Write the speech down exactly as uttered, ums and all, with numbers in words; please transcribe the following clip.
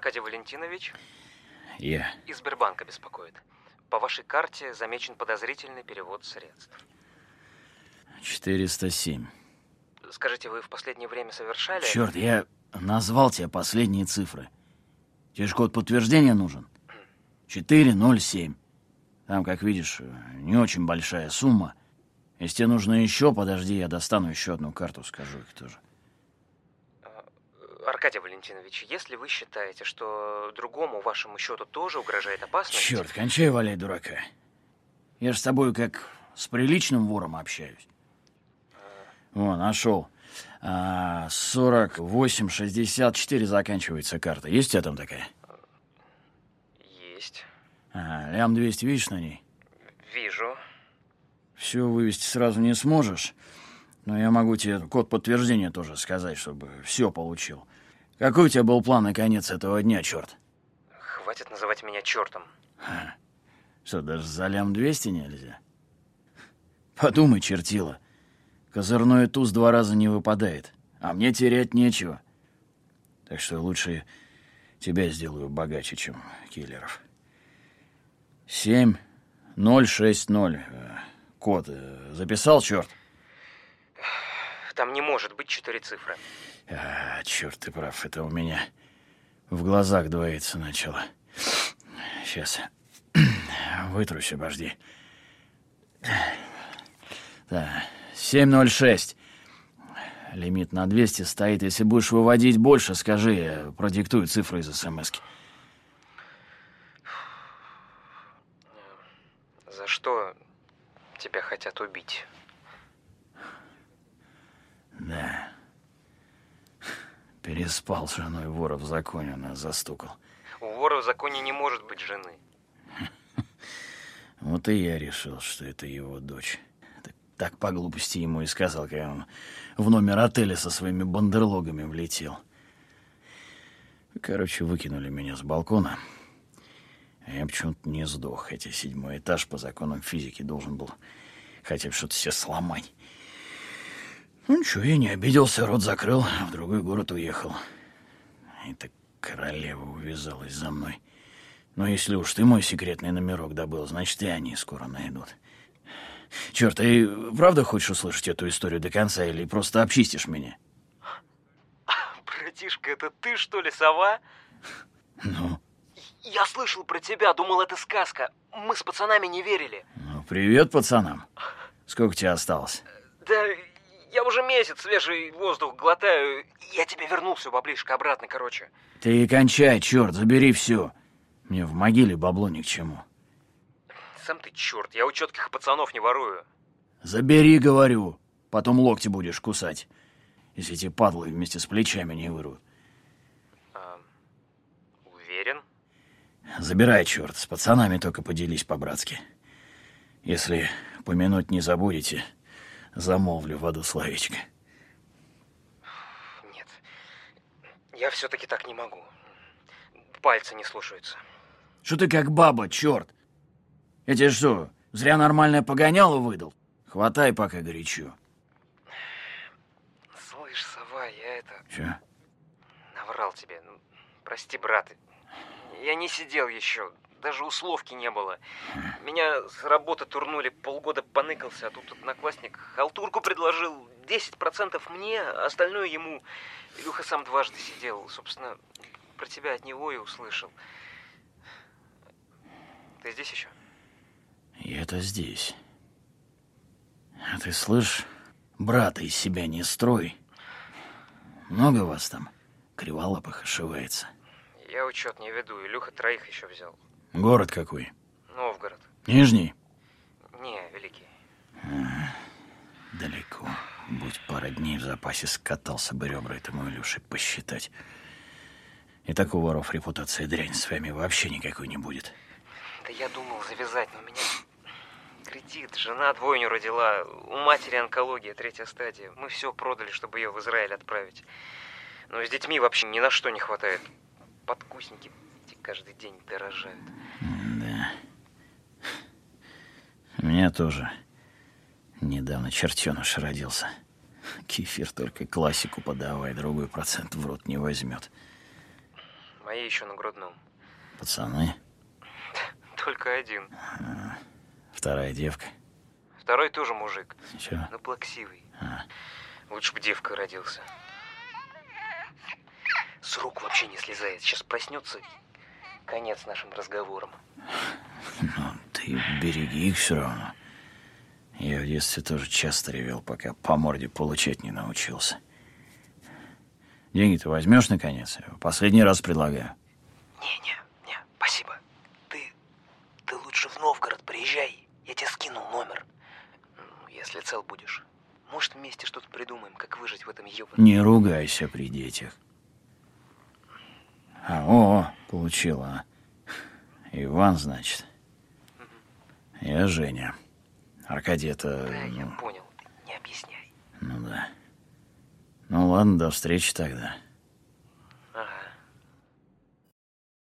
Аркадий Валентинович? Я. Из Сбербанка беспокоит. По вашей карте замечен подозрительный перевод средств. четыреста семь. Скажите, вы в последнее время совершали... Черт, я назвал тебе последние цифры. Тебе же код подтверждения нужен. четыре ноль семь. Там, как видишь, не очень большая сумма. Если тебе нужно еще, подожди, я достану еще одну карту, скажу их тоже. Аркадий Валентинович, если вы считаете, что другому вашему счету тоже угрожает опасность... Черт, кончай валяй дурака. Я же с тобой как с приличным вором общаюсь. О, нашел. А, сорок восемь шестьдесят четыре заканчивается карта. Есть у тебя там такая? Есть. А, лям двести видишь на ней? Вижу. Все вывести сразу не сможешь, но я могу тебе код подтверждения тоже сказать, чтобы все получил. Какой у тебя был план на конец этого дня, черт? Хватит называть меня чертом. Ха. Что, даже за лям двести нельзя? Подумай, чертила. Козырной туз два раза не выпадает, а мне терять нечего. Так что лучше тебя сделаю богаче, чем киллеров. Семь ноль шесть ноль. Код записал, черт? Там не может быть четыре цифры. А, черт, ты прав, это у меня в глазах двоится начало. Сейчас вытрусь, обожди. Так, семь ноль шесть. Лимит на двести стоит. Если будешь выводить больше, скажи, я продиктую цифры из смс-ки. За что тебя хотят убить? Да. Переспал с женой вора в законе, нас застукал. У вора в законе не может быть жены. Вот и я решил, что это его дочь. Так, так по глупости ему и сказал, когда он в номер отеля со своими бандерлогами влетел. Короче, выкинули меня с балкона. А я почему-то не сдох, хотя седьмой этаж по законам физики должен был хотя бы что-то себе сломать. Ну ничего, я не обиделся, рот закрыл, а в другой город уехал. И так королева увязалась за мной. Но если уж ты мой секретный номерок добыл, значит, и они скоро найдут. Черт, ты правда хочешь услышать эту историю до конца или просто обчистишь меня? Братишка, это ты, что ли, сова? Ну? Я слышал про тебя, думал, это сказка. Мы с пацанами не верили. Ну, привет пацанам. Сколько тебе осталось? Да... Я уже месяц свежий воздух глотаю. Я тебе вернул все баблишко обратно, короче. Ты кончай, черт, забери все. Мне в могиле бабло ни к чему. Сам ты черт, я у четких пацанов не ворую. Забери, говорю. Потом локти будешь кусать, если эти падлы вместе с плечами не вырвут. А, уверен? Забирай, черт, с пацанами только поделись по-братски. Если помянуть не забудете... Замолвлю в аду словечко. Нет, я все-таки так не могу. Пальцы не слушаются. Что ты как баба, черт? Я тебе что, зря нормальное погоняло выдал? Хватай, пока горячо. Слышь, сова, я это... Че? Наврал тебе. Ну, прости, брат. Я не сидел еще. Даже условки не было. Меня с работы турнули, полгода поныкался, а тут одноклассник халтурку предложил. десять процентов мне, а остальное ему. Илюха сам дважды сидел. Собственно, про тебя от него и услышал. Ты здесь еще? Я-то здесь. А ты слышь, брата из себя не строй. Много вас там криволапых ошивается? Я учет не веду. Илюха троих еще взял. Город какой? Новгород. Нижний? Не, Великий. А, далеко. Будь пара дней в запасе, скатался бы ребра этому Илюше посчитать. И так у воров репутация дрянь, с вами вообще никакой не будет. Да я думал завязать, но у меня кредит, жена двойню родила, у матери онкология, третья стадия. Мы все продали, чтобы ее в Израиль отправить. Но с детьми вообще ни на что не хватает. Подкусники каждый день дорожают. Да. У меня тоже недавно чертеныш родился. Кефир только классику подавай, другой процент в рот не возьмет. Мои еще на грудном. Пацаны? Только один. А, вторая девка? Второй тоже мужик. Чё? Но плаксивый. А. Лучше бы девка родился. С рук вообще не слезает. Сейчас проснется. Конец нашим разговорам. Ну, ты береги их все равно. Я в детстве тоже часто ревел, пока по морде получать не научился. Деньги ты возьмешь, наконец? Последний раз предлагаю. Не-не, не, спасибо. Ты, ты лучше в Новгород приезжай. Я тебе скинул номер. Если цел будешь. Может, вместе что-то придумаем, как выжить в этом ёбаном... Не ругайся при детях. А, о, получила. Иван, значит. Угу. Я Женя. Аркадий это... Да, ну... я понял. Не объясняй. Ну да. Ну ладно, до встречи тогда.